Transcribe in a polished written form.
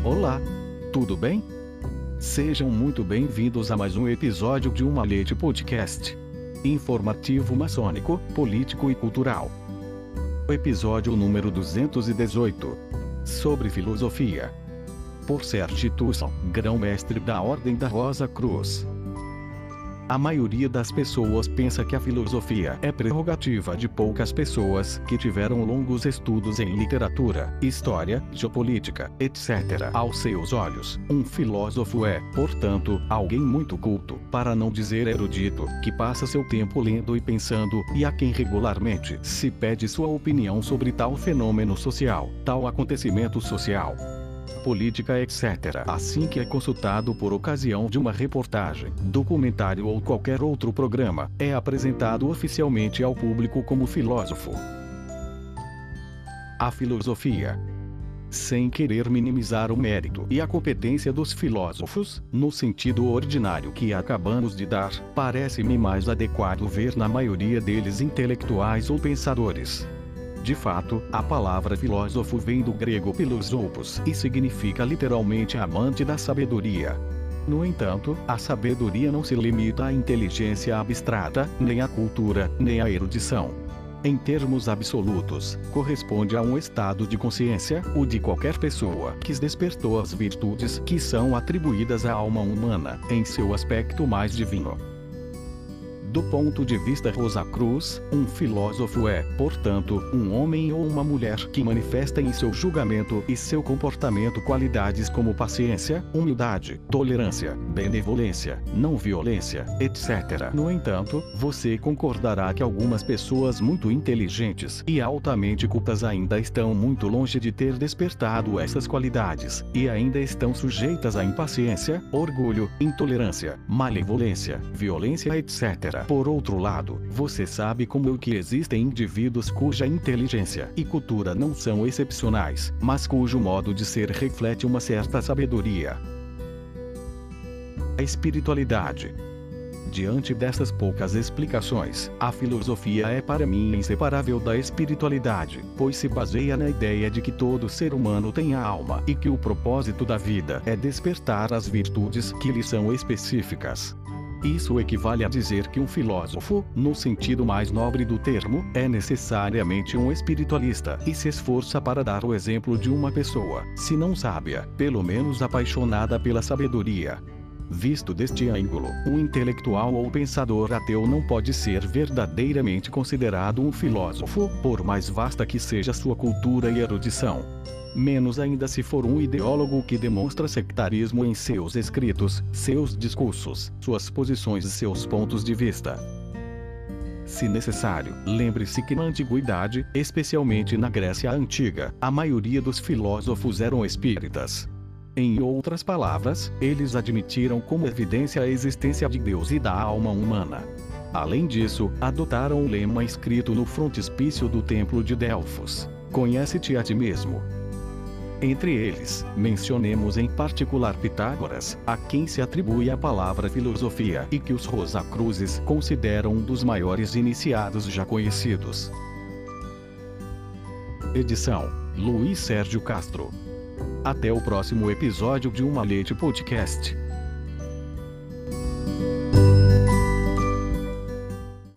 Olá, tudo bem? Sejam muito bem-vindos a mais um episódio de Uma Leite Podcast. Informativo maçônico, político e cultural. Episódio número 218. Sobre filosofia. Por Serge Tusson, grão-mestre da Ordem da Rosa Cruz. A maioria das pessoas pensa que a filosofia é prerrogativa de poucas pessoas que tiveram longos estudos em literatura, história, geopolítica, etc. Aos seus olhos, um filósofo é, portanto, alguém muito culto, para não dizer erudito, que passa seu tempo lendo e pensando, e a quem regularmente se pede sua opinião sobre tal fenômeno social, tal acontecimento social, política, etc. Assim que é consultado por ocasião de uma reportagem, documentário ou qualquer outro programa, é apresentado oficialmente ao público como filósofo. A filosofia. Sem querer minimizar o mérito e a competência dos filósofos, no sentido ordinário que acabamos de dar, parece-me mais adequado ver na maioria deles intelectuais ou pensadores. De fato, a palavra filósofo vem do grego filosopos e significa literalmente amante da sabedoria. No entanto, a sabedoria não se limita à inteligência abstrata, nem à cultura, nem à erudição. Em termos absolutos, corresponde a um estado de consciência, o de qualquer pessoa que despertou as virtudes que são atribuídas à alma humana, em seu aspecto mais divino. Do ponto de vista Rosa Cruz, um filósofo é, portanto, um homem ou uma mulher que manifesta em seu julgamento e seu comportamento qualidades como paciência, humildade, tolerância, benevolência, não violência, etc. No entanto, você concordará que algumas pessoas muito inteligentes e altamente cultas ainda estão muito longe de ter despertado essas qualidades, e ainda estão sujeitas à impaciência, orgulho, intolerância, malevolência, violência, etc. Por outro lado, você sabe como que existem indivíduos cuja inteligência e cultura não são excepcionais, mas cujo modo de ser reflete uma certa sabedoria. A espiritualidade. Diante dessas poucas explicações, a filosofia é para mim inseparável da espiritualidade, pois se baseia na ideia de que todo ser humano tem a alma e que o propósito da vida é despertar as virtudes que lhe são específicas. Isso equivale a dizer que um filósofo, no sentido mais nobre do termo, é necessariamente um espiritualista e se esforça para dar o exemplo de uma pessoa, se não sábia, pelo menos apaixonada pela sabedoria. Visto deste ângulo, um intelectual ou pensador ateu não pode ser verdadeiramente considerado um filósofo, por mais vasta que seja sua cultura e erudição. Menos ainda se for um ideólogo que demonstra sectarismo em seus escritos, seus discursos, suas posições e seus pontos de vista. Se necessário, lembre-se que na antiguidade, especialmente na Grécia Antiga, a maioria dos filósofos eram espíritas. Em outras palavras, eles admitiram como evidência a existência de Deus e da alma humana. Além disso, adotaram o lema escrito no frontispício do Templo de Delfos: "Conhece-te a ti mesmo". Entre eles, mencionemos em particular Pitágoras, a quem se atribui a palavra filosofia e que os Rosacruzes consideram um dos maiores iniciados já conhecidos. Edição: Luiz Sérgio Castro. Até o próximo episódio de Uma Leite Podcast.